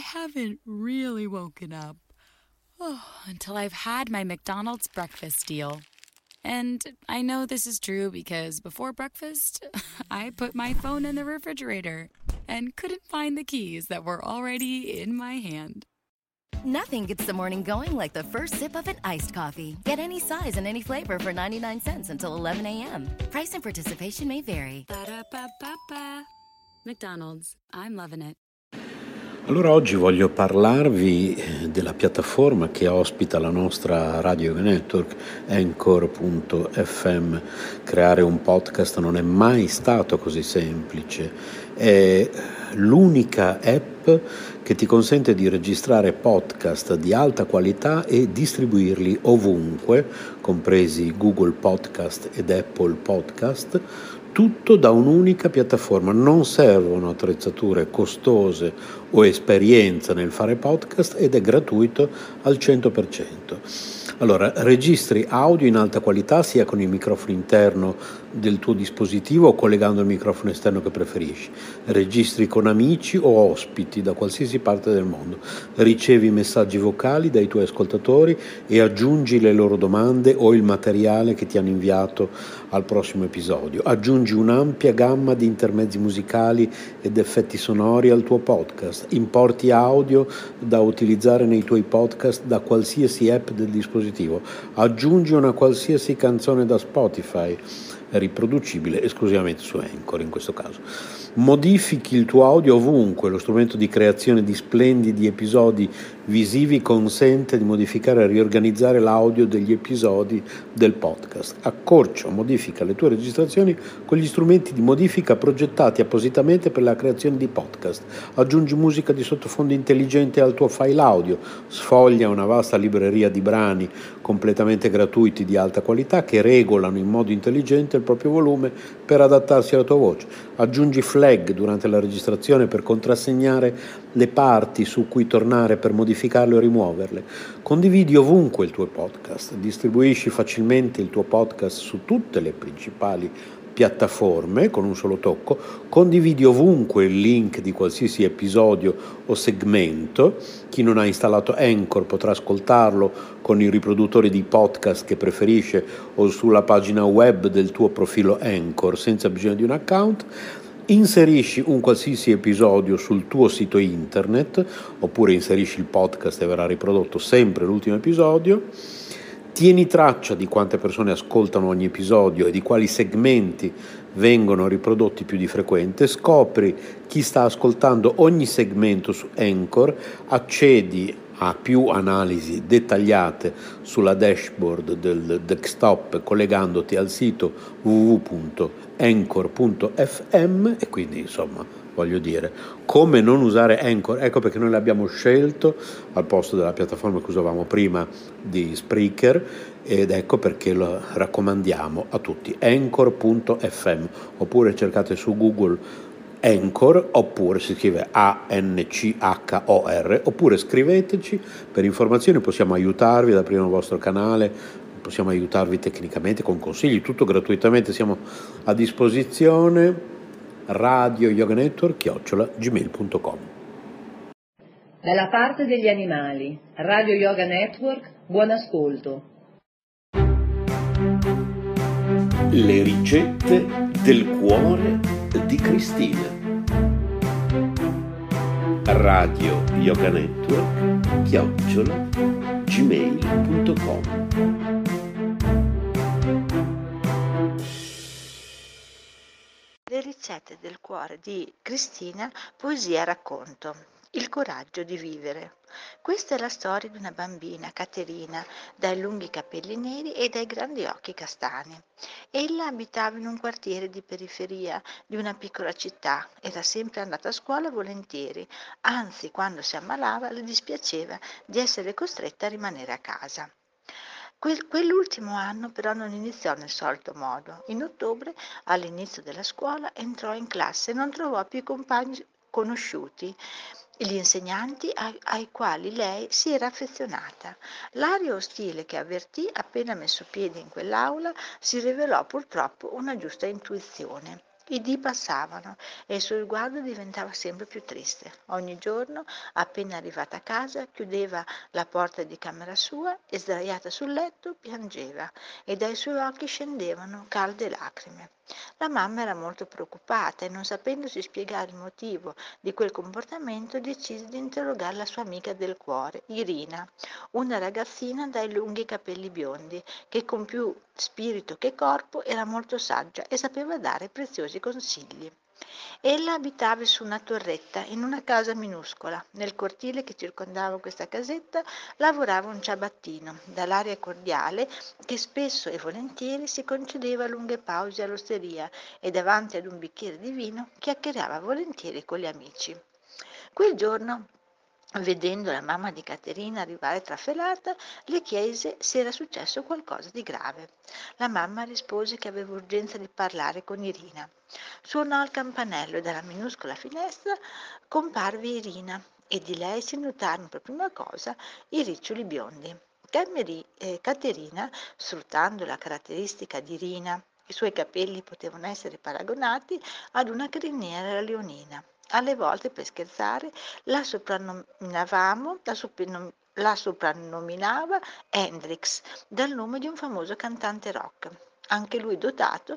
haven't really woken up. Oh, until I've had my McDonald's breakfast deal. And I know this is true because before breakfast, I put my phone in the refrigerator and couldn't find the keys that were already in my hand. Nothing gets the morning going like the first sip of an iced coffee. Get any size and any flavor for 99 cents until 11 a.m. Price and participation may vary. Ba-da-ba-ba-ba. McDonald's, I'm loving it. Allora oggi voglio parlarvi della piattaforma che ospita la nostra Radio Network, Anchor.fm. Creare un podcast non è mai stato così semplice. È l'unica app che ti consente di registrare podcast di alta qualità e distribuirli ovunque, compresi Google Podcast ed Apple Podcast, tutto da un'unica piattaforma. Non servono attrezzature costose o esperienza nel fare podcast ed è gratuito al 100%. Allora, registri audio in alta qualità sia con il microfono interno del tuo dispositivo o collegando il microfono esterno che preferisci. Registri con amici o ospiti da qualsiasi parte del mondo. Ricevi messaggi vocali dai tuoi ascoltatori e aggiungi le loro domande o il materiale che ti hanno inviato al prossimo episodio. Aggiungi un'ampia gamma di intermezzi musicali ed effetti sonori al tuo podcast. Importi audio da utilizzare nei tuoi podcast da qualsiasi app del dispositivo. Aggiungi una qualsiasi canzone da Spotify, riproducibile esclusivamente su Anchor in questo caso. Modifichi il tuo audio ovunque. Lo strumento di creazione di splendidi episodi visivi consente di modificare e riorganizzare l'audio degli episodi del podcast. Accorcia o modifica le tue registrazioni con gli strumenti di modifica progettati appositamente per la creazione di podcast. Aggiungi musica di sottofondo intelligente al tuo file audio. Sfoglia una vasta libreria di brani completamente gratuiti di alta qualità che regolano in modo intelligente il proprio volume per adattarsi alla tua voce. Aggiungi flag durante la registrazione per contrassegnare le parti su cui tornare per modificarle o rimuoverle. Condividi ovunque il tuo podcast. Distribuisci facilmente il tuo podcast su tutte le principali piattaforme con un solo tocco. Condividi ovunque il link di qualsiasi episodio o segmento. Chi non ha installato Anchor potrà ascoltarlo con i riproduttori di podcast che preferisce o sulla pagina web del tuo profilo Anchor senza bisogno di un account. Inserisci un qualsiasi episodio sul tuo sito internet oppure inserisci il podcast e verrà riprodotto sempre l'ultimo episodio. Tieni traccia di quante persone ascoltano ogni episodio e di quali segmenti vengono riprodotti più di frequente. Scopri chi sta ascoltando ogni segmento su Anchor, accedi a più analisi dettagliate sulla dashboard del desktop collegandoti al sito www.anchor.fm e quindi insomma voglio dire come non usare Anchor. Ecco perché noi l'abbiamo scelto al posto della piattaforma che usavamo prima di Spreaker ed ecco perché lo raccomandiamo a tutti. Anchor.fm oppure cercate su Google Anchor oppure si scrive Anchor oppure scriveteci per informazioni, possiamo aiutarvi ad aprire il vostro canale, possiamo aiutarvi tecnicamente con consigli, tutto gratuitamente, siamo a disposizione. Radio Yoga Network @gmail.com. Dalla parte degli animali, Radio Yoga Network, buon ascolto. Le ricette del cuore di Cristina. Radio Yoga Network @gmail.com. Le ricette del cuore di Cristina, poesia e racconto. Il coraggio di vivere. Questa è la storia di una bambina, Caterina, dai lunghi capelli neri e dai grandi occhi castani. Ella abitava in un quartiere di periferia di una piccola città, era sempre andata a scuola volentieri, anzi quando si ammalava le dispiaceva di essere costretta a rimanere a casa. Quell'ultimo anno però non iniziò nel solito modo. In ottobre, all'inizio della scuola, entrò in classe e non trovò più i compagni conosciuti, gli insegnanti ai quali lei si era affezionata. L'aria ostile che avvertì appena messo piede in quell'aula si rivelò purtroppo una giusta intuizione. I dì passavano e il suo sguardo diventava sempre più triste. Ogni giorno, appena arrivata a casa, chiudeva la porta di camera sua e, sdraiata sul letto, piangeva e dai suoi occhi scendevano calde lacrime. La mamma era molto preoccupata e, non sapendosi spiegare il motivo di quel comportamento, decise di interrogare la sua amica del cuore, Irina, una ragazzina dai lunghi capelli biondi, che con più spirito che corpo era molto saggia e sapeva dare preziosi consigli. Ella abitava su una torretta in una casa minuscola. Nel cortile che circondava questa casetta lavorava un ciabattino, dall'aria cordiale, che spesso e volentieri si concedeva lunghe pause all'osteria e davanti ad un bicchiere di vino chiacchierava volentieri con gli amici. Quel giorno, vedendo la mamma di Caterina arrivare trafelata, le chiese se era successo qualcosa di grave. La mamma rispose che aveva urgenza di parlare con Irina. Suonò il campanello e dalla minuscola finestra comparve Irina e di lei si notarono per prima cosa i riccioli biondi. Caterina, sfruttando la caratteristica di Irina, i suoi capelli potevano essere paragonati ad una criniera leonina. Alle volte, per scherzare, la soprannominava Hendrix, dal nome di un famoso cantante rock, anche lui dotato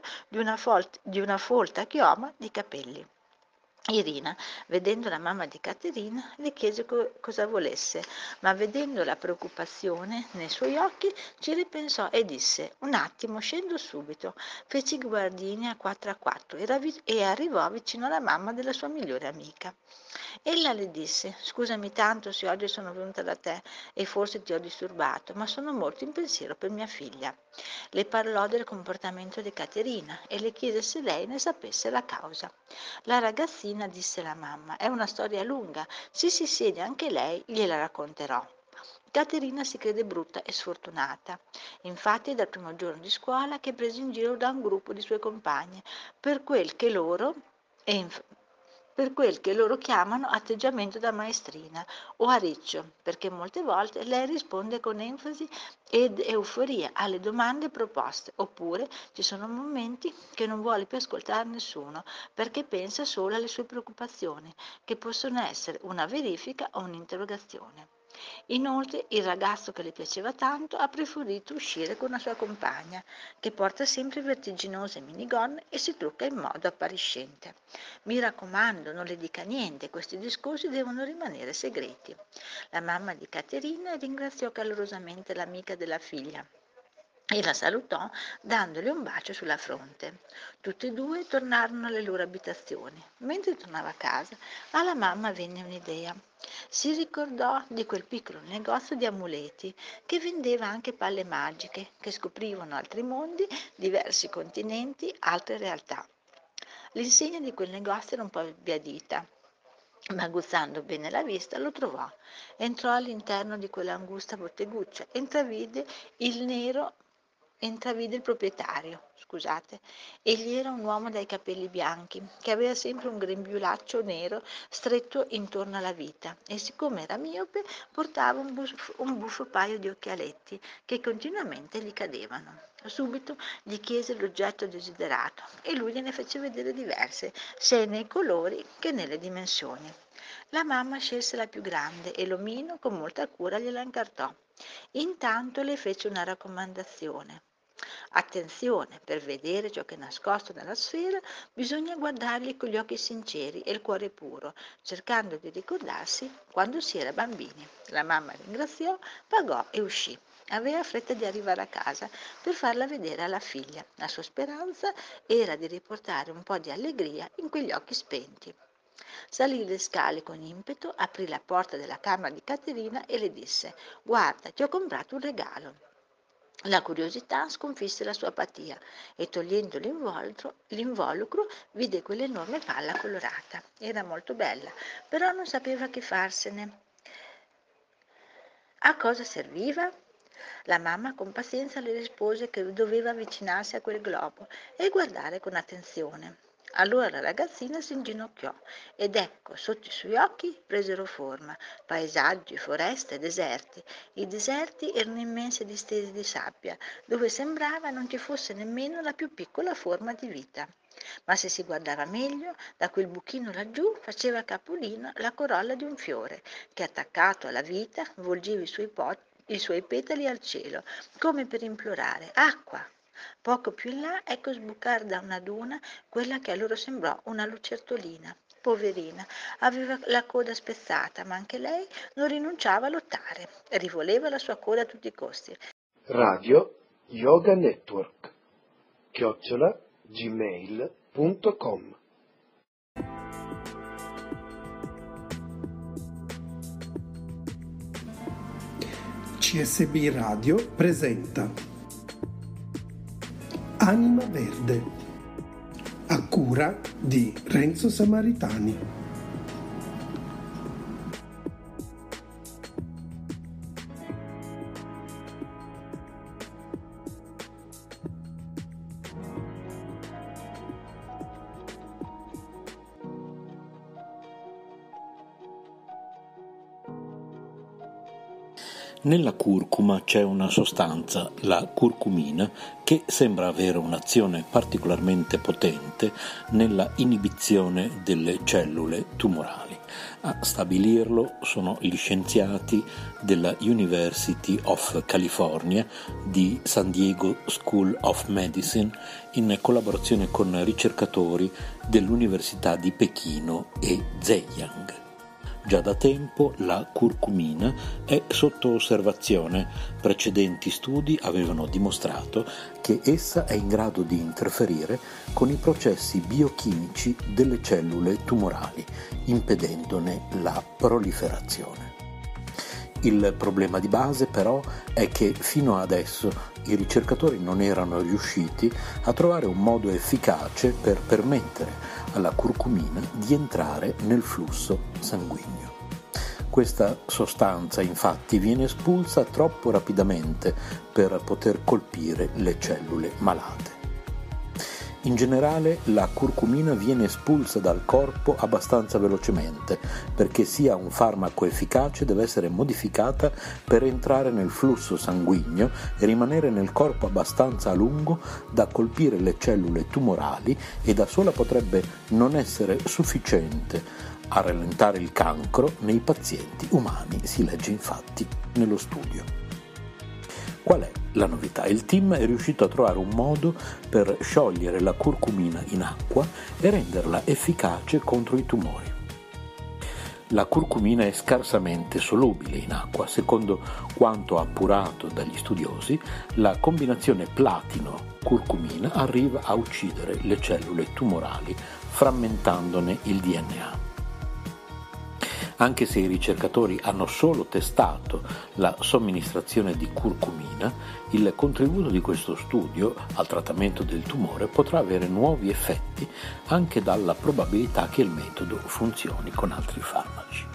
di una folta chioma di capelli. Irina, vedendo la mamma di Caterina, le chiese cosa volesse, ma vedendo la preoccupazione nei suoi occhi ci ripensò e disse: un attimo, scendo subito. Fece i guardini a quattro e arrivò vicino alla mamma della sua migliore amica. Ella le disse: scusami tanto se oggi sono venuta da te e forse ti ho disturbato, ma sono molto in pensiero per mia figlia. Le parlò del comportamento di Caterina e le chiese se lei ne sapesse la causa. La ragazzina disse alla mamma: è una storia lunga, se si siede anche lei gliela racconterò. Caterina si crede brutta e sfortunata. Infatti è dal primo giorno di scuola che è presa in giro da un gruppo di sue compagne per quel che loro, e inf- per quel che loro chiamano atteggiamento da maestrina o a riccio, perché molte volte lei risponde con enfasi ed euforia alle domande proposte, oppure ci sono momenti che non vuole più ascoltare nessuno perché pensa solo alle sue preoccupazioni, che possono essere una verifica o un'interrogazione. Inoltre, il ragazzo che le piaceva tanto ha preferito uscire con una sua compagna, che porta sempre vertiginose minigonne e si trucca in modo appariscente. Mi raccomando, non le dica niente, questi discorsi devono rimanere segreti. La mamma di Caterina ringraziò calorosamente l'amica della figlia e la salutò dandole un bacio sulla fronte. Tutti e due tornarono alle loro abitazioni. Mentre tornava a casa, alla mamma venne un'idea. Si ricordò di quel piccolo negozio di amuleti che vendeva anche palle magiche che scoprivano altri mondi, diversi continenti, altre realtà. L'insegna di quel negozio era un po' sbiadita, ma guzzando bene la vista lo trovò. Entrò all'interno di quell'angusta botteguccia e intravide il proprietario, scusate. Egli era un uomo dai capelli bianchi, che aveva sempre un grembiulaccio nero stretto intorno alla vita e siccome era miope portava un buffo paio di occhialetti che continuamente gli cadevano. Subito gli chiese l'oggetto desiderato e lui gliene fece vedere diverse, sia nei colori che nelle dimensioni. La mamma scelse la più grande e l'omino con molta cura gliela incartò. Intanto le fece una raccomandazione. Attenzione, per vedere ciò che è nascosto nella sfera bisogna guardarli con gli occhi sinceri e il cuore puro, cercando di ricordarsi quando si era bambini. La mamma ringraziò, pagò e uscì. Aveva fretta di arrivare a casa per farla vedere alla figlia. La sua speranza era di riportare un po' di allegria in quegli occhi spenti. Salì le scale con impeto, aprì la porta della camera di Caterina e le disse: guarda, ti ho comprato un regalo. La curiosità sconfisse la sua apatia e togliendo l'involucro vide quell'enorme palla colorata. Era molto bella, però non sapeva che farsene. A cosa serviva? La mamma con pazienza le rispose che doveva avvicinarsi a quel globo e guardare con attenzione. Allora la ragazzina si inginocchiò ed ecco, sotto i suoi occhi presero forma paesaggi, foreste, deserti. I deserti erano immense distese di sabbia, dove sembrava non ci fosse nemmeno la più piccola forma di vita. Ma se si guardava meglio, da quel buchino laggiù faceva capolino la corolla di un fiore che, attaccato alla vita, volgeva i suoi petali al cielo, come per implorare acqua. Poco più in là ecco sbucare da una duna quella che a loro sembrò una lucertolina. Poverina, aveva la coda spezzata, ma anche lei non rinunciava a lottare, rivoleva la sua coda a tutti i costi. Radio Yoga Network @gmail.com. CSB Radio presenta Anima Verde, a cura di Renzo Samaritani. Nella curcuma c'è una sostanza, la curcumina, che sembra avere un'azione particolarmente potente nella inibizione delle cellule tumorali. A stabilirlo sono gli scienziati della University of California di San Diego School of Medicine in collaborazione con ricercatori dell'Università di Pechino e Zhejiang. Già da tempo la curcumina è sotto osservazione. Precedenti studi avevano dimostrato che essa è in grado di interferire con i processi biochimici delle cellule tumorali, impedendone la proliferazione. Il problema di base però è che fino adesso i ricercatori non erano riusciti a trovare un modo efficace per permettere alla curcumina di entrare nel flusso sanguigno. Questa sostanza infatti viene espulsa troppo rapidamente per poter colpire le cellule malate. In generale la curcumina viene espulsa dal corpo abbastanza velocemente, perché sia un farmaco efficace deve essere modificata per entrare nel flusso sanguigno e rimanere nel corpo abbastanza a lungo da colpire le cellule tumorali, e da sola potrebbe non essere sufficiente a rallentare il cancro nei pazienti umani, si legge infatti nello studio. Qual è la novità? Il team è riuscito a trovare un modo per sciogliere la curcumina in acqua e renderla efficace contro i tumori. La curcumina è scarsamente solubile in acqua. Secondo quanto appurato dagli studiosi, la combinazione platino-curcumina arriva a uccidere le cellule tumorali frammentandone il DNA. Anche se i ricercatori hanno solo testato la somministrazione di curcumina, il contributo di questo studio al trattamento del tumore potrà avere nuovi effetti anche dalla probabilità che il metodo funzioni con altri farmaci.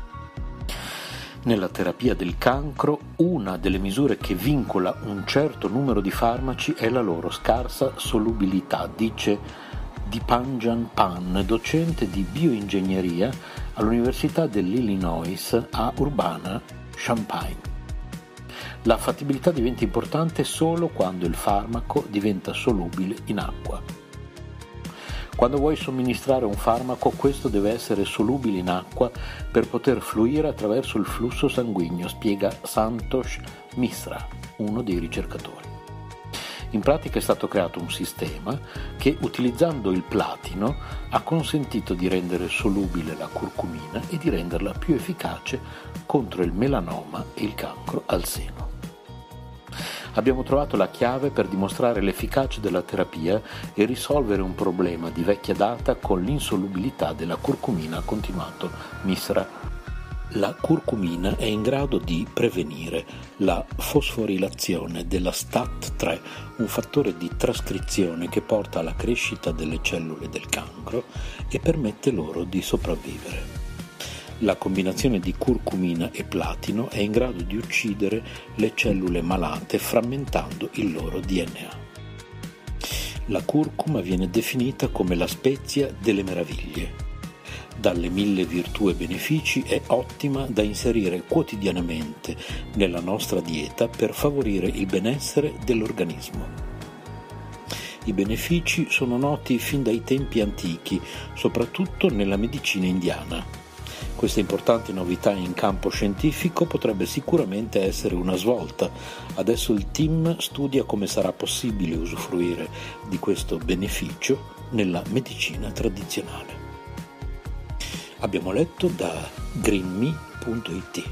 Nella terapia del cancro, una delle misure che vincola un certo numero di farmaci è la loro scarsa solubilità, dice Dipanjan Pan, docente di bioingegneria all'Università dell'Illinois a Urbana-Champaign. La fattibilità diventa importante solo quando il farmaco diventa solubile in acqua. Quando vuoi somministrare un farmaco, questo deve essere solubile in acqua per poter fluire attraverso il flusso sanguigno, spiega Santosh Misra, uno dei ricercatori. In pratica è stato creato un sistema che, utilizzando il platino, ha consentito di rendere solubile la curcumina e di renderla più efficace contro il melanoma e il cancro al seno. Abbiamo trovato la chiave per dimostrare l'efficacia della terapia e risolvere un problema di vecchia data con l'insolubilità della curcumina, ha continuato Misra. La curcumina è in grado di prevenire la fosforilazione della STAT3, un fattore di trascrizione che porta alla crescita delle cellule del cancro e permette loro di sopravvivere. La combinazione di curcumina e platino è in grado di uccidere le cellule malate frammentando il loro DNA. La curcuma viene definita come la spezia delle meraviglie. Dalle 1000 virtù e benefici è ottima da inserire quotidianamente nella nostra dieta per favorire il benessere dell'organismo. I benefici sono noti fin dai tempi antichi, soprattutto nella medicina indiana. Questa importante novità in campo scientifico potrebbe sicuramente essere una svolta. Adesso il team studia come sarà possibile usufruire di questo beneficio nella medicina tradizionale. Abbiamo letto da greenme.it.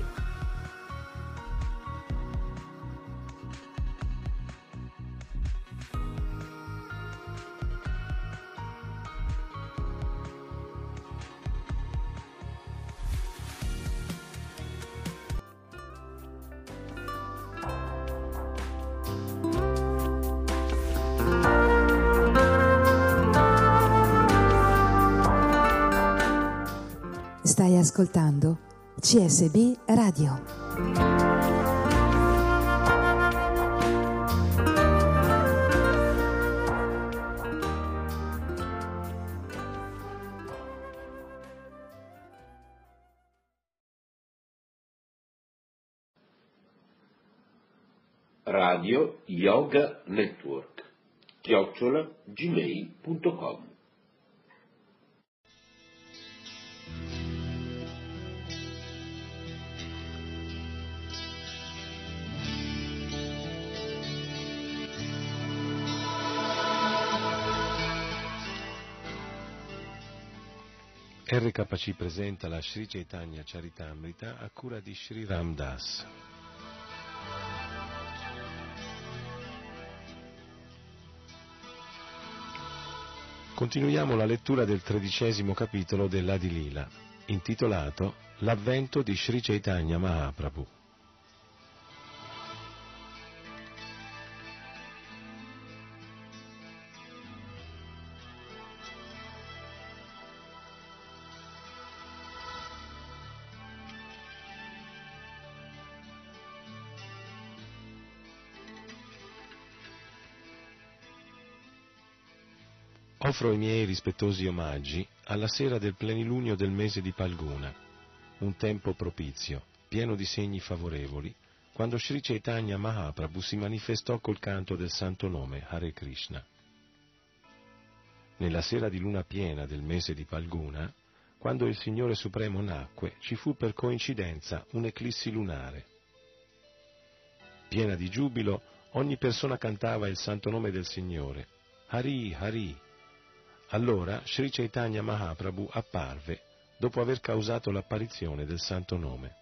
Stai ascoltando CSB Radio. Radio Yoga Network @gmail.com. RKC presenta la Sri Chaitanya Charitamrita a cura di Sri Ram Das. Continuiamo la lettura del 13° capitolo dell'Adi Lila, intitolato L'avvento di Sri Chaitanya Mahaprabhu. Offro i miei rispettosi omaggi alla sera del plenilunio del mese di Palguna, un tempo propizio, pieno di segni favorevoli, quando Sri Chaitanya Mahaprabhu si manifestò col canto del santo nome Hare Krishna. Nella sera di luna piena del mese di Palguna, quando il Signore Supremo nacque, ci fu per coincidenza un'eclissi lunare. Piena di giubilo, ogni persona cantava il santo nome del Signore, Hari Hari. Allora Sri Chaitanya Mahaprabhu apparve dopo aver causato l'apparizione del santo nome.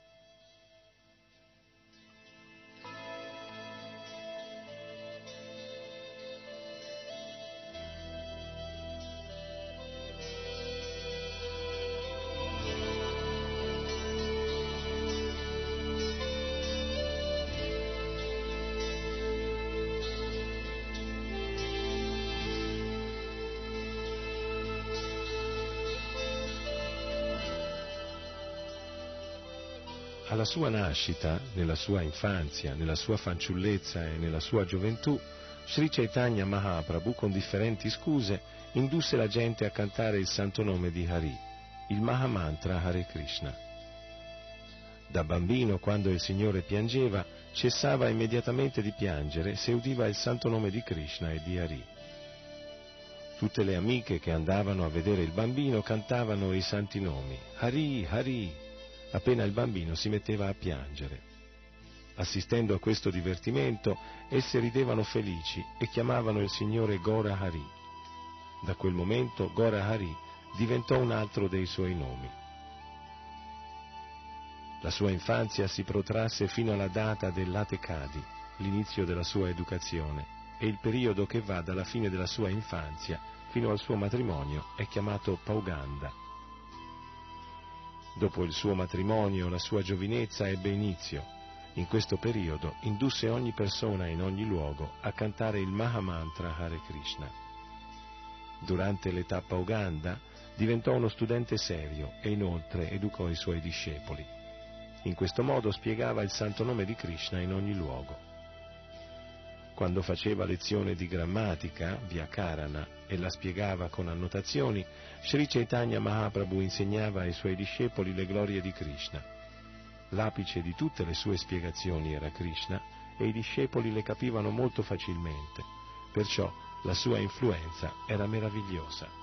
Alla sua nascita, nella sua infanzia, nella sua fanciullezza e nella sua gioventù, Sri Chaitanya Mahaprabhu, con differenti scuse, indusse la gente a cantare il santo nome di Hari, il Mahamantra Hare Krishna. Da bambino, quando il Signore piangeva, cessava immediatamente di piangere se udiva il santo nome di Krishna e di Hari. Tutte le amiche che andavano a vedere il bambino cantavano i santi nomi, Hari, Hari, appena il bambino si metteva a piangere. Assistendo a questo divertimento, esse ridevano felici e chiamavano il Signore Gora Hari. Da quel momento Gora Hari diventò un altro dei suoi nomi. La sua infanzia si protrasse fino alla data dell'Atekadi, l'inizio della sua educazione, e il periodo che va dalla fine della sua infanzia fino al suo matrimonio è chiamato Pauganda. Dopo il suo matrimonio, la sua giovinezza ebbe inizio. In questo periodo indusse ogni persona in ogni luogo a cantare il Mahamantra Hare Krishna. Durante l'età Pauganda diventò uno studente serio e inoltre educò i suoi discepoli. In questo modo spiegava il santo nome di Krishna in ogni luogo. Quando faceva lezione di grammatica, Vyakarana, e la spiegava con annotazioni, Sri Chaitanya Mahaprabhu insegnava ai suoi discepoli le glorie di Krishna. L'apice di tutte le sue spiegazioni era Krishna e i discepoli le capivano molto facilmente, perciò La sua influenza era meravigliosa.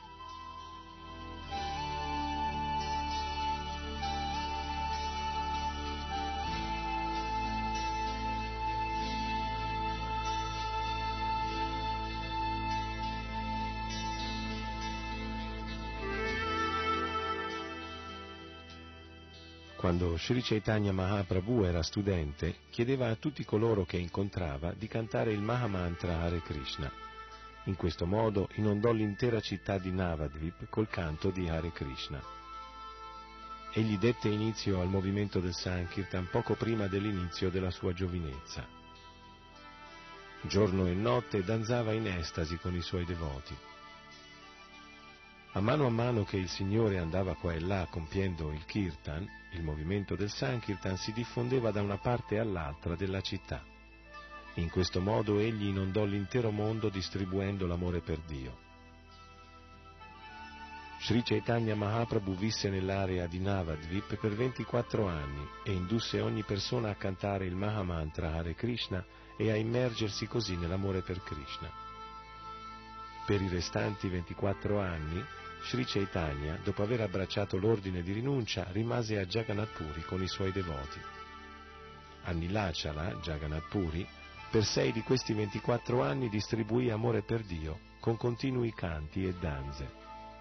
Quando Sri Chaitanya Mahaprabhu era studente, chiedeva a tutti coloro che incontrava di cantare il Mahamantra Hare Krishna. In questo modo inondò l'intera città di Navadvip col canto di Hare Krishna. Egli dette inizio al movimento del Sankirtan poco prima dell'inizio della sua giovinezza. Giorno e notte danzava in estasi con i suoi devoti. A mano che il Signore andava qua e là compiendo il Kirtan, il movimento del Sankirtan si diffondeva da una parte all'altra della città. In questo modo egli inondò l'intero mondo distribuendo l'amore per Dio. Sri Chaitanya Mahaprabhu visse nell'area di Navadvip per 24 anni e indusse ogni persona a cantare il Mahamantra Hare Krishna e a immergersi così nell'amore per Krishna. Per i restanti 24 anni, Sri Chaitanya, dopo aver abbracciato l'ordine di rinuncia, rimase a Jagannath Puri con i suoi devoti. A Nilachala, Jagannath Puri, per 6 di questi 24 anni distribuì amore per Dio con continui canti e danze.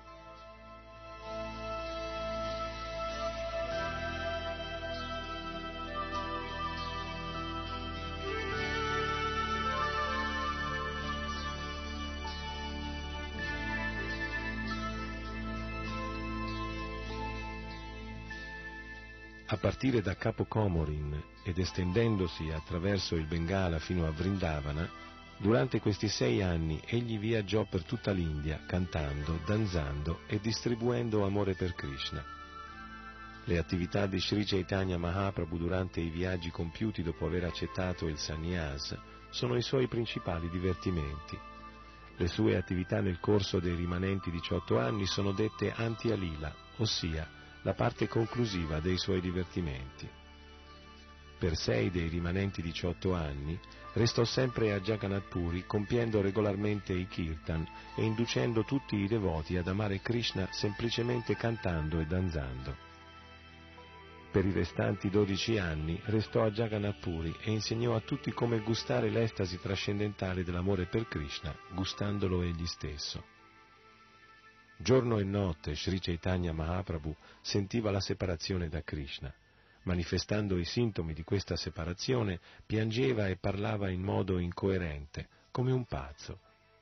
A partire da Capo Comorin ed estendendosi attraverso il Bengala fino a Vrindavana, durante questi 6 anni egli viaggiò per tutta l'India cantando, danzando e distribuendo amore per Krishna. Le attività di Sri Chaitanya Mahaprabhu durante i viaggi compiuti dopo aver accettato il sannyas sono i suoi principali divertimenti. Le sue attività nel corso dei rimanenti 18 anni sono dette Anti-Alila, ossia la parte conclusiva dei suoi divertimenti. Per 6 dei rimanenti 18 anni restò sempre a Jagannath Puri compiendo regolarmente i kirtan e inducendo tutti i devoti ad amare Krishna semplicemente cantando e danzando. Per i restanti 12 anni restò a Jagannath Puri e insegnò a tutti come gustare l'estasi trascendentale dell'amore per Krishna, gustandolo egli stesso. Giorno e notte Sri Chaitanya Mahaprabhu sentiva la separazione da Krishna. Manifestando i sintomi di questa separazione, piangeva e parlava in modo incoerente, come un pazzo.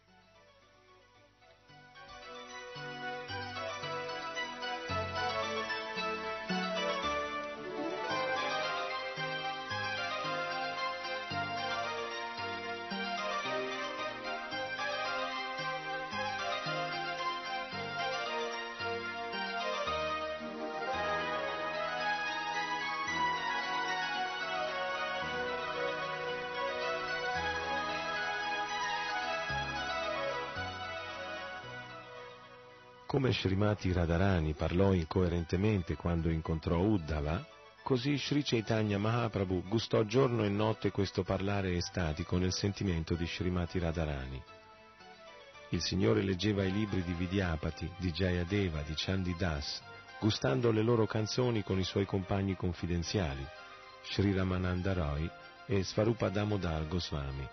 Come Srimati Radharani parlò incoerentemente quando incontrò Uddhava, così Sri Chaitanya Mahaprabhu gustò giorno e notte questo parlare estatico nel sentimento di Srimati Radharani. Il Signore leggeva i libri di Vidyapati, di Jayadeva, di Chandidas, gustando le loro canzoni con i suoi compagni confidenziali, Sri Ramananda Roy e Svarupa Damodar Goswami.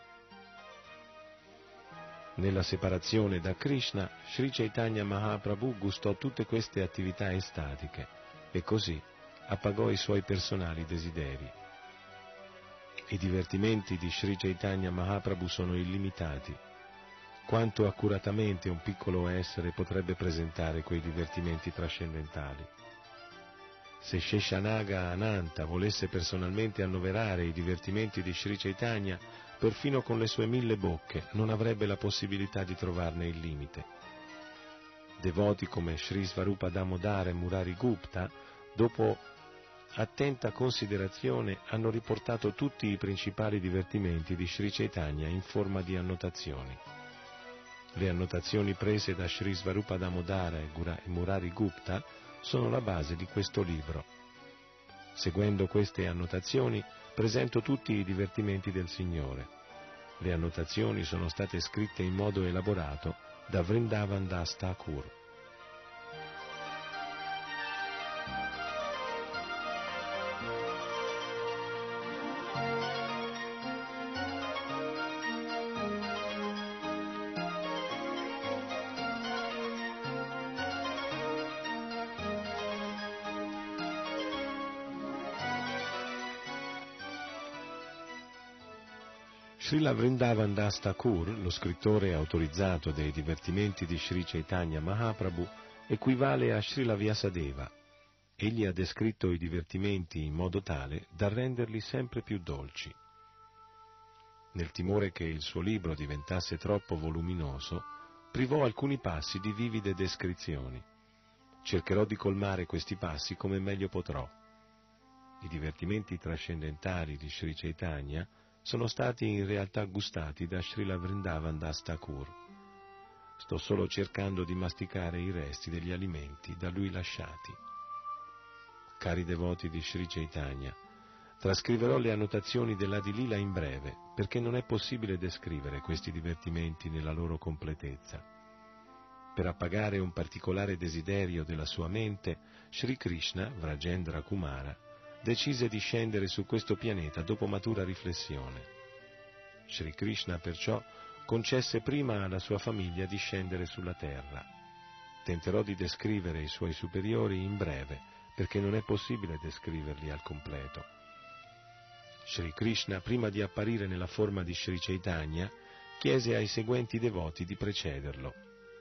Nella separazione da Krishna, Sri Chaitanya Mahaprabhu gustò tutte queste attività estatiche e così appagò i suoi personali desideri. I divertimenti di Sri Chaitanya Mahaprabhu sono illimitati. Quanto accuratamente un piccolo essere potrebbe presentare quei divertimenti trascendentali? Se Sheshanaga Ananta volesse personalmente annoverare i divertimenti di Sri Chaitanya, perfino con le sue 1000 bocche non avrebbe la possibilità di trovarne il limite. Devoti come Sri Svarupa Damodar e Murari Gupta, dopo attenta considerazione, hanno riportato tutti i principali divertimenti di Sri Chaitanya in forma di annotazioni. Le annotazioni prese da Sri Svarupa Damodar e Murari Gupta sono la base di questo libro. Seguendo queste annotazioni, presento tutti i divertimenti del Signore. Le annotazioni sono state scritte in modo elaborato da Vrindavan Das Thakur. Srila Vrindavan Das Thakur, lo scrittore autorizzato dei divertimenti di Sri Chaitanya Mahaprabhu, equivale a Srila Vyasadeva. Egli ha descritto i divertimenti in modo tale da renderli sempre più dolci. Nel timore che il suo libro diventasse troppo voluminoso, privò alcuni passi di vivide descrizioni. Cercherò di colmare questi passi come meglio potrò. I divertimenti trascendentali di Sri Chaitanya sono stati in realtà gustati da Srila Vrindavan Das Thakur. Sto solo cercando di masticare i resti degli alimenti da lui lasciati. Cari devoti di Sri Chaitanya, trascriverò le annotazioni dell'Adi Lila in breve, perché non è possibile descrivere questi divertimenti nella loro completezza. Per appagare un particolare desiderio della sua mente, Sri Krishna, Vrajendra Kumara, decise di scendere su questo pianeta dopo matura riflessione. Sri Krishna perciò concesse prima alla sua famiglia di scendere sulla terra. Tenterò di descrivere i suoi superiori in breve, perché non è possibile descriverli al completo. Sri Krishna, prima di apparire nella forma di Sri Chaitanya, chiese ai seguenti devoti di precederlo: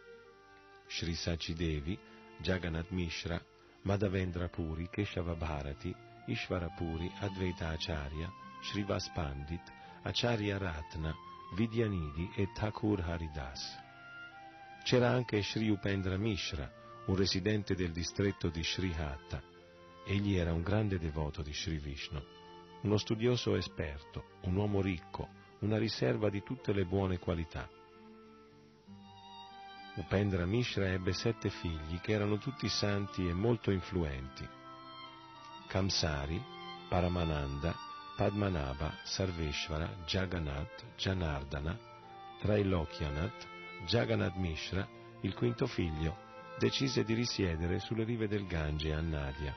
Sri Sachidevi, Jagannath Mishra, Madhavendra Puri, Keshava Bharati, Ishvara Puri, Advaita Acharya, Srivas Pandit, Acharya Ratna, Vidyanidhi e Thakur Haridas. C'era anche Sri Upendra Mishra, un residente del distretto di Sri Hatta. Egli era un grande devoto di Sri Vishnu, uno studioso esperto, un uomo ricco, una riserva di tutte le buone qualità. Upendra Mishra ebbe 7 figli che erano tutti santi e molto influenti: Kamsari, Paramananda, Padmanabha, Sarveshvara, Jagannath, Janardana, Trailokhyanath. Jagannath Mishra, il quinto figlio, decise di risiedere sulle rive del Gange a Nadia.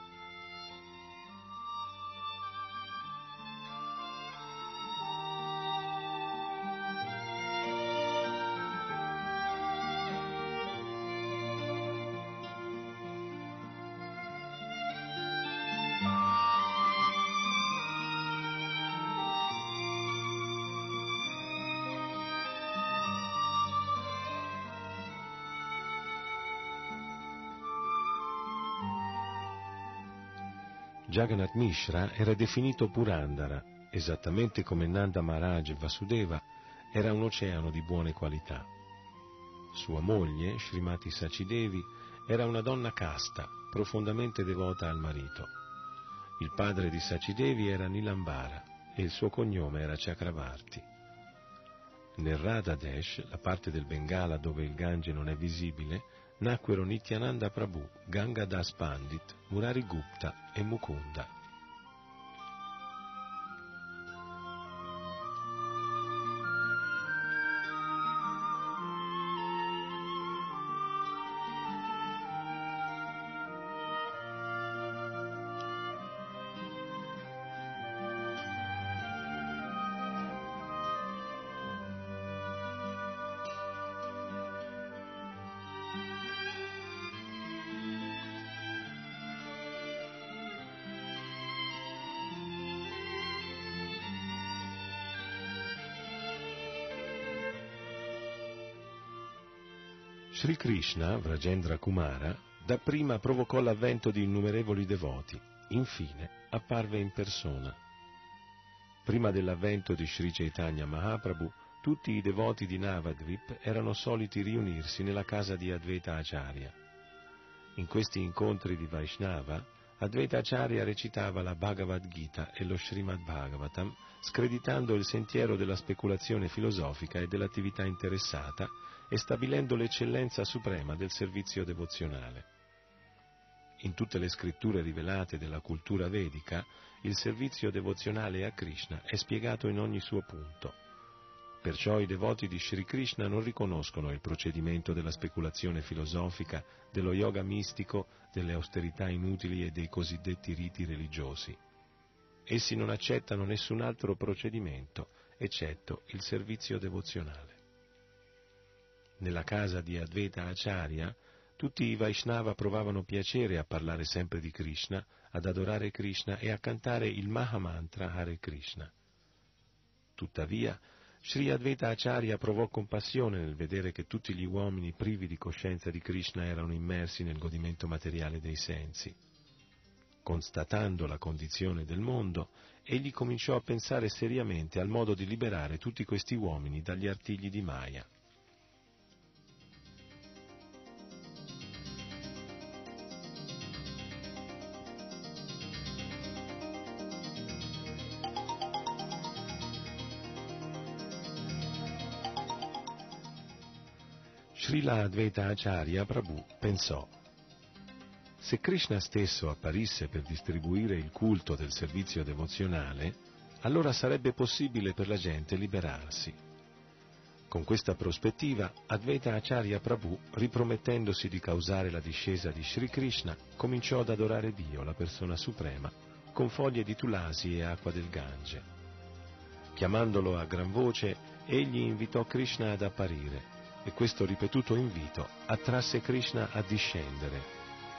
Jagannath Mishra era definito Purandara, esattamente come Nanda Maharaj Vasudeva era un oceano di buone qualità. Sua moglie, Srimati Sachidevi, era una donna casta, profondamente devota al marito. Il padre di Sachidevi era Nilambara e il suo cognome era Chakravarti. Nel Radhadesh, la parte del Bengala dove il Gange non è visibile, nacquero Nityananda Prabhu, Ganga Das Pandit, Murari Gupta e Mukunda. Sri Krishna, Vrajendra Kumara, dapprima provocò l'avvento di innumerevoli devoti, infine apparve in persona. Prima dell'avvento di Sri Chaitanya Mahaprabhu, tutti i devoti di Navadvip erano soliti riunirsi nella casa di Advaita Acharya. In questi incontri di Vaishnava, Advaita Acharya recitava la Bhagavad Gita e lo Srimad Bhagavatam, screditando il sentiero della speculazione filosofica e dell'attività interessata e stabilendo l'eccellenza suprema del servizio devozionale. In tutte le scritture rivelate della cultura vedica, il servizio devozionale a Krishna è spiegato in ogni suo punto. Perciò i devoti di Sri Krishna non riconoscono il procedimento della speculazione filosofica, dello yoga mistico, delle austerità inutili e dei cosiddetti riti religiosi. Essi non accettano nessun altro procedimento, eccetto il servizio devozionale. Nella casa di Advaita Acharya, tutti i Vaishnava provavano piacere a parlare sempre di Krishna, ad adorare Krishna e a cantare il Mahamantra Hare Krishna. Tuttavia, Sri Advaita Acharya provò compassione nel vedere che tutti gli uomini privi di coscienza di Krishna erano immersi nel godimento materiale dei sensi. Constatando la condizione del mondo, egli cominciò a pensare seriamente al modo di liberare tutti questi uomini dagli artigli di Maya. Srila Advaita Acharya Prabhu pensò: se Krishna stesso apparisse per distribuire il culto del servizio devozionale, allora sarebbe possibile per la gente liberarsi. Con questa prospettiva, Advaita Acharya Prabhu, ripromettendosi di causare la discesa di Sri Krishna, cominciò ad adorare Dio, la persona suprema, con foglie di tulasi e acqua del Gange. Chiamandolo a gran voce, egli invitò Krishna ad apparire, e questo ripetuto invito attrasse Krishna a discendere.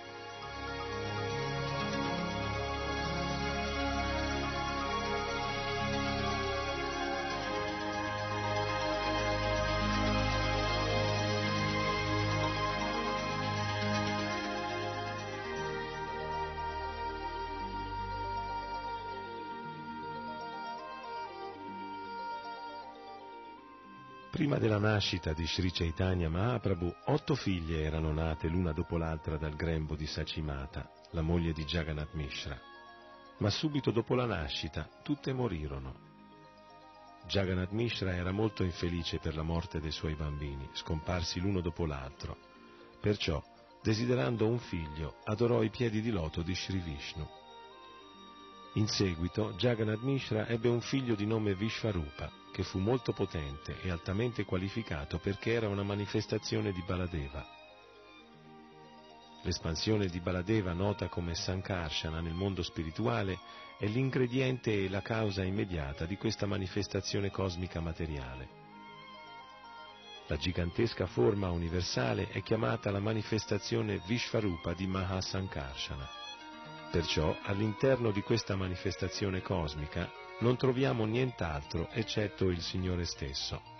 Prima della nascita di Sri Chaitanya Mahaprabhu, 8 figlie erano nate l'una dopo l'altra dal grembo di Sachimata, la moglie di Jagannath Mishra. Ma subito dopo la nascita tutte morirono. Jagannath Mishra era molto infelice per la morte dei suoi bambini, scomparsi l'uno dopo l'altro. Perciò, desiderando un figlio, adorò i piedi di loto di Sri Vishnu. In seguito, Jagannath Mishra ebbe un figlio di nome Vishvarupa, che fu molto potente e altamente qualificato perché era una manifestazione di Baladeva. L'espansione di Baladeva, nota come Sankarshana nel mondo spirituale, è l'ingrediente e la causa immediata di questa manifestazione cosmica materiale. La gigantesca forma universale è chiamata la manifestazione Vishvarupa di Mahasankarshana. Perciò, all'interno di questa manifestazione cosmica, non troviamo nient'altro eccetto il Signore stesso.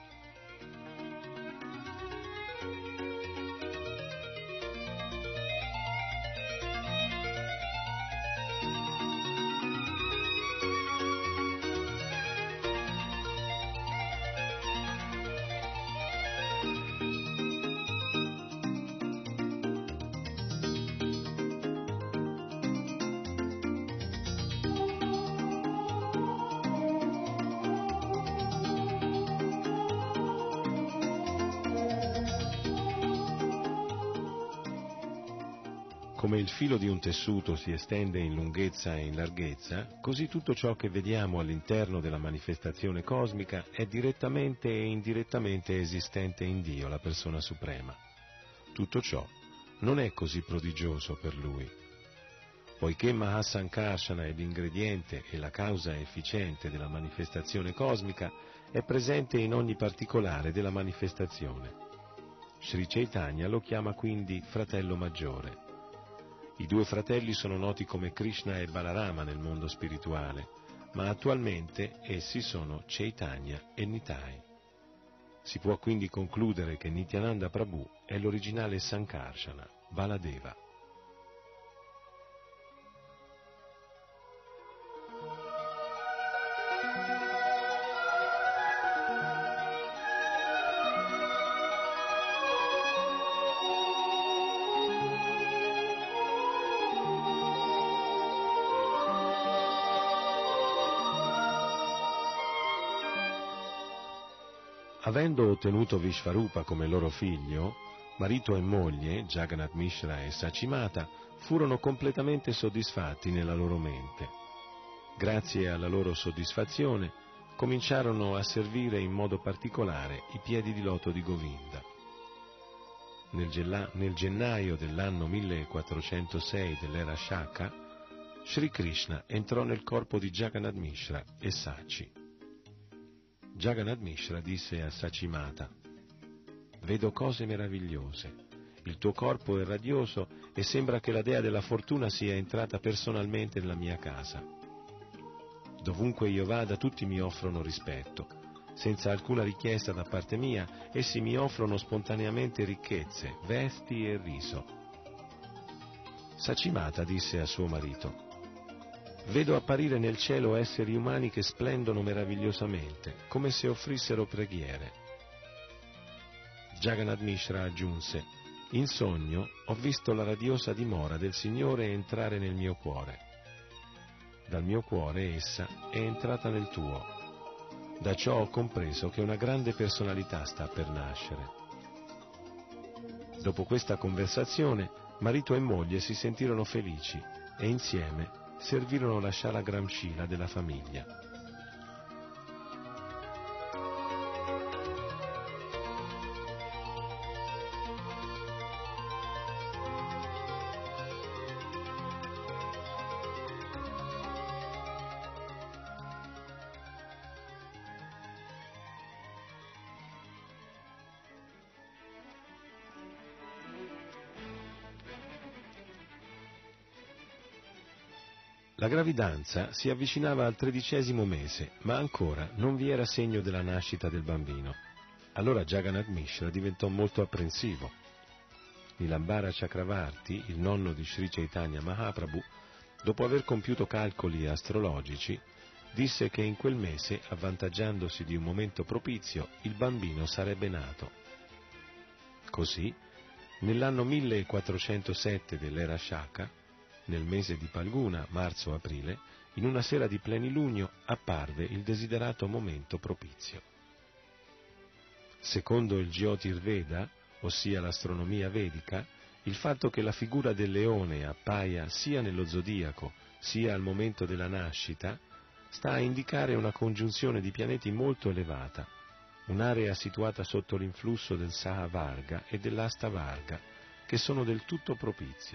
Come il filo di un tessuto si estende in lunghezza e in larghezza, così tutto ciò che vediamo all'interno della manifestazione cosmica è direttamente e indirettamente esistente in Dio, la persona suprema. Tutto ciò non è così prodigioso per Lui. Poiché Mahasankarshana è l'ingrediente e la causa efficiente della manifestazione cosmica, è presente in ogni particolare della manifestazione. Sri Chaitanya lo chiama quindi fratello maggiore. I 2 fratelli sono noti come Krishna e Balarama nel mondo spirituale, ma attualmente essi sono Chaitanya e Nitai. Si può quindi concludere che Nityananda Prabhu è l'originale Sankarshana, Baladeva. Avendo ottenuto Vishvarupa come loro figlio, marito e moglie, Jagannath Mishra e Sachimata, furono completamente soddisfatti nella loro mente. Grazie alla loro soddisfazione, cominciarono a servire in modo particolare i piedi di loto di Govinda. Nel gennaio dell'anno 1406 dell'era Shaka, Sri Krishna entrò nel corpo di Jagannath Mishra e Sachi. Jagannath Mishra disse a Sachi Mata: «Vedo cose meravigliose. Il tuo corpo è radioso e sembra che la dea della fortuna sia entrata personalmente nella mia casa. Dovunque io vada, tutti mi offrono rispetto. Senza alcuna richiesta da parte mia, essi mi offrono spontaneamente ricchezze, vesti e riso». Sachi Mata disse a suo marito: «Vedo apparire nel cielo esseri umani che splendono meravigliosamente, come se offrissero preghiere». Jagannath Mishra aggiunse: «In sogno ho visto la radiosa dimora del Signore entrare nel mio cuore. Dal mio cuore essa è entrata nel tuo. Da ciò ho compreso che una grande personalità sta per nascere». Dopo questa conversazione, marito e moglie si sentirono felici e insieme servirono la Shalagram Shila della famiglia. La gravidanza si avvicinava al 13° mese, ma ancora non vi era segno della nascita del bambino. Allora Jagannath Mishra diventò molto apprensivo. Nilambara Chakravarti, il nonno di Sri Chaitanya Mahaprabhu, dopo aver compiuto calcoli astrologici, disse che in quel mese, avvantaggiandosi di un momento propizio, il bambino sarebbe nato. Così, nell'anno 1407 dell'era Shaka, nel mese di Palguna, marzo-aprile, in una sera di plenilunio apparve il desiderato momento propizio. Secondo il Jyotirveda, ossia l'astronomia vedica, il fatto che la figura del leone appaia sia nello zodiaco sia al momento della nascita sta a indicare una congiunzione di pianeti molto elevata, un'area situata sotto l'influsso del Sahavarga e dell'Astavarga, che sono del tutto propizi.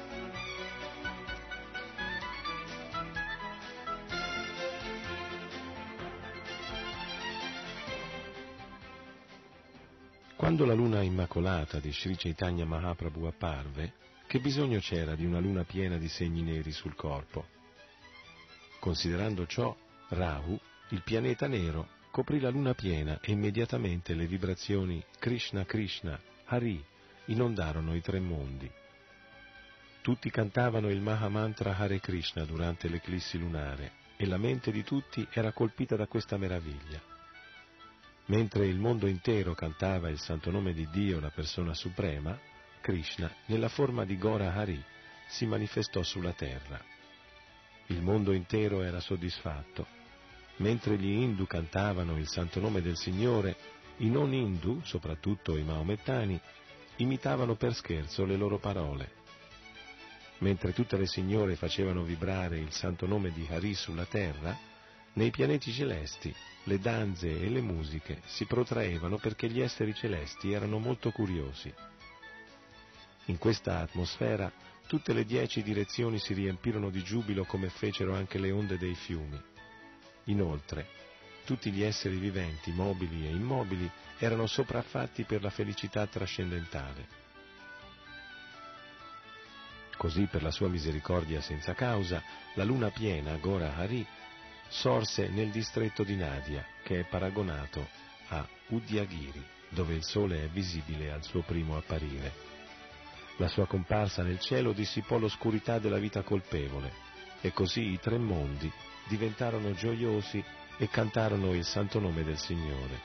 Quando la luna immacolata di Sri Chaitanya Mahaprabhu apparve, che bisogno c'era di una luna piena di segni neri sul corpo? Considerando ciò, Rahu, il pianeta nero, coprì la luna piena e immediatamente le vibrazioni Krishna Krishna, Hari, inondarono i 3 mondi. Tutti cantavano il Mahamantra Hare Krishna durante l'eclissi lunare e la mente di tutti era colpita da questa meraviglia. Mentre il mondo intero cantava il santo nome di Dio, la persona suprema, Krishna, nella forma di Gora Hari, si manifestò sulla terra. Il mondo intero era soddisfatto. Mentre gli Hindu cantavano il santo nome del Signore, i non Hindu, soprattutto i maomettani, imitavano per scherzo le loro parole. Mentre tutte le signore facevano vibrare il santo nome di Hari sulla terra, nei pianeti celesti le danze e le musiche si protraevano perché gli esseri celesti erano molto curiosi. In questa atmosfera tutte le 10 direzioni si riempirono di giubilo come fecero anche le onde dei fiumi. Inoltre, tutti gli esseri viventi, mobili e immobili, erano sopraffatti per la felicità trascendentale. Così, per la sua misericordia senza causa, la luna piena, Gora Hari, sorse nel distretto di Nadia, che è paragonato a Udyagiri, dove il sole è visibile al suo primo apparire. La sua comparsa nel cielo dissipò l'oscurità della vita colpevole, e così i 3 mondi diventarono gioiosi e cantarono il santo nome del Signore.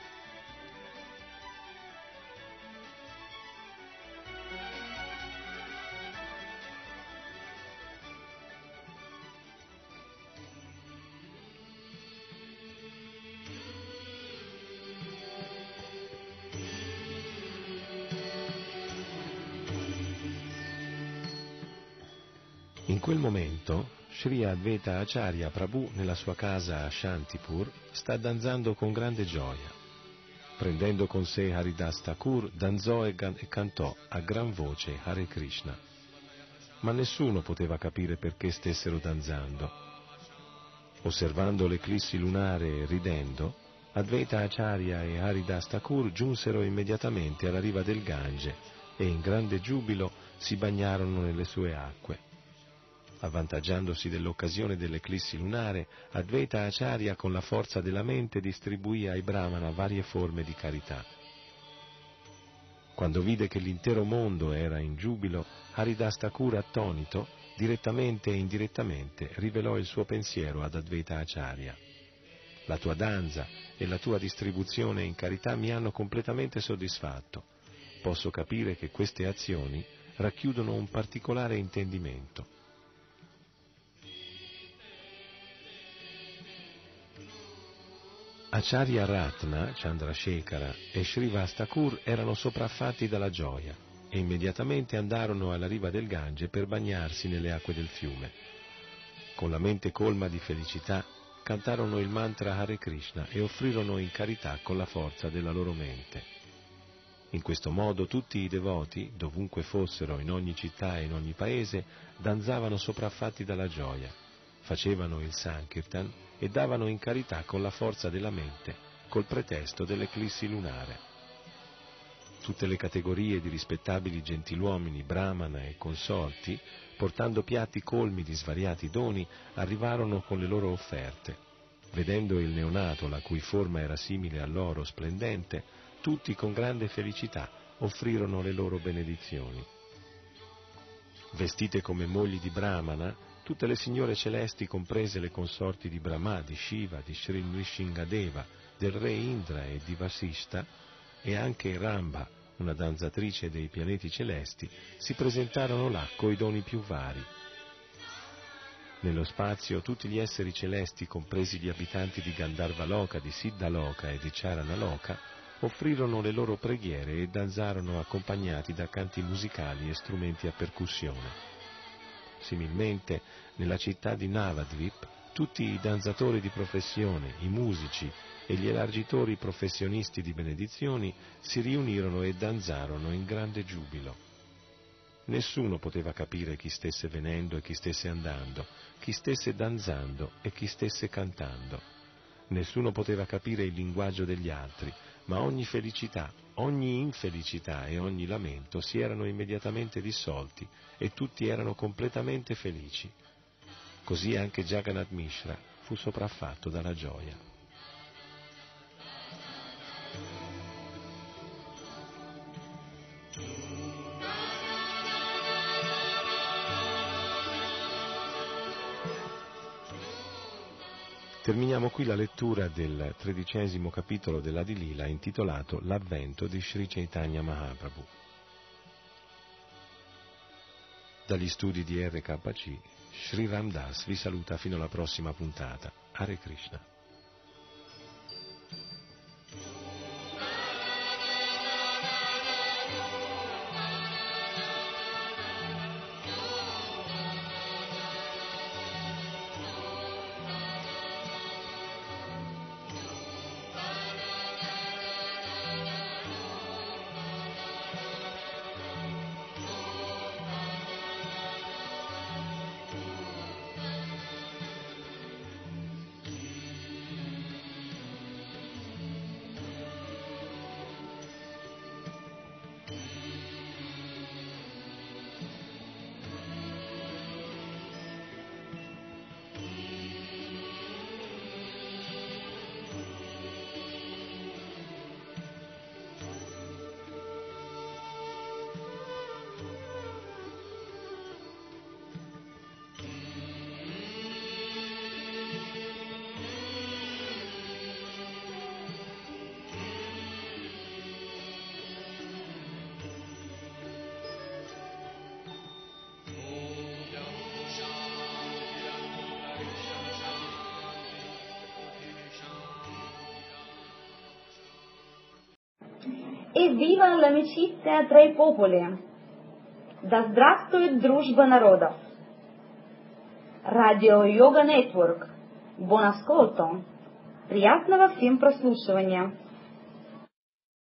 In In quel momento Sri Advaita Acharya Prabhu nella sua casa a Shantipur sta danzando con grande gioia. Prendendo con sé Haridas Thakur, danzò e cantò a gran voce Hare Krishna. Ma nessuno poteva capire perché stessero danzando. Osservando l'eclissi lunare e ridendo, Advaita Acharya e Haridas Thakur giunsero immediatamente alla riva del Gange e in grande giubilo si bagnarono nelle sue acque. Avvantaggiandosi dell'occasione dell'eclissi lunare, Advaita Acharya con la forza della mente distribuì ai Brahmana varie forme di carità. Quando vide che l'intero mondo era in giubilo, Haridas Thakur, attonito, direttamente e indirettamente rivelò il suo pensiero ad Advaita Acharya. La tua danza e la tua distribuzione in carità mi hanno completamente soddisfatto. Posso capire che queste azioni racchiudono un particolare intendimento. Acharya Ratna, Chandrasekhara e Srivas Thakur erano sopraffatti dalla gioia e immediatamente andarono alla riva del Gange per bagnarsi nelle acque del fiume. Con la mente colma di felicità cantarono il mantra Hare Krishna e offrirono in carità con la forza della loro mente. In questo modo tutti i devoti, dovunque fossero, in ogni città e in ogni paese, danzavano sopraffatti dalla gioia, facevano il Sankirtan e davano in carità con la forza della mente, col pretesto dell'eclissi lunare. Tutte le categorie di rispettabili gentiluomini, brahmana e consorti, portando piatti colmi di svariati doni, arrivarono con le loro offerte. Vedendo il neonato, la cui forma era simile all'oro splendente, tutti con grande felicità offrirono le loro benedizioni. Vestite come mogli di brahmana, tutte le signore celesti, comprese le consorti di Brahma, di Shiva, di Sri Nrishingadeva, del re Indra e di Vasishta, e anche Ramba, una danzatrice dei pianeti celesti, si presentarono là coi doni più vari. Nello spazio tutti gli esseri celesti, compresi gli abitanti di Gandharvaloka, di Siddhaloka e di Charanaloka, offrirono le loro preghiere e danzarono accompagnati da canti musicali e strumenti a percussione. Similmente, nella città di Navadvip, tutti i danzatori di professione, i musici e gli elargitori professionisti di benedizioni si riunirono e danzarono in grande giubilo. Nessuno poteva capire chi stesse venendo e chi stesse andando, chi stesse danzando e chi stesse cantando. Nessuno poteva capire il linguaggio degli altri, ma ogni felicità, ogni infelicità e ogni lamento si erano immediatamente dissolti e tutti erano completamente felici. Così anche Jagannath Mishra fu sopraffatto dalla gioia. Terminiamo qui la lettura del 13° capitolo dell'Adi Lila intitolato L'avvento di Sri Chaitanya Mahaprabhu. Dagli studi di RKC, Sri Ram Das vi saluta fino alla prossima puntata. Hare Krishna. И viva l'amicizia tra i popoli! Да здравствует дружба народов! Радио Йога Нетворк. Buon ascolto. Приятного всем прослушивания.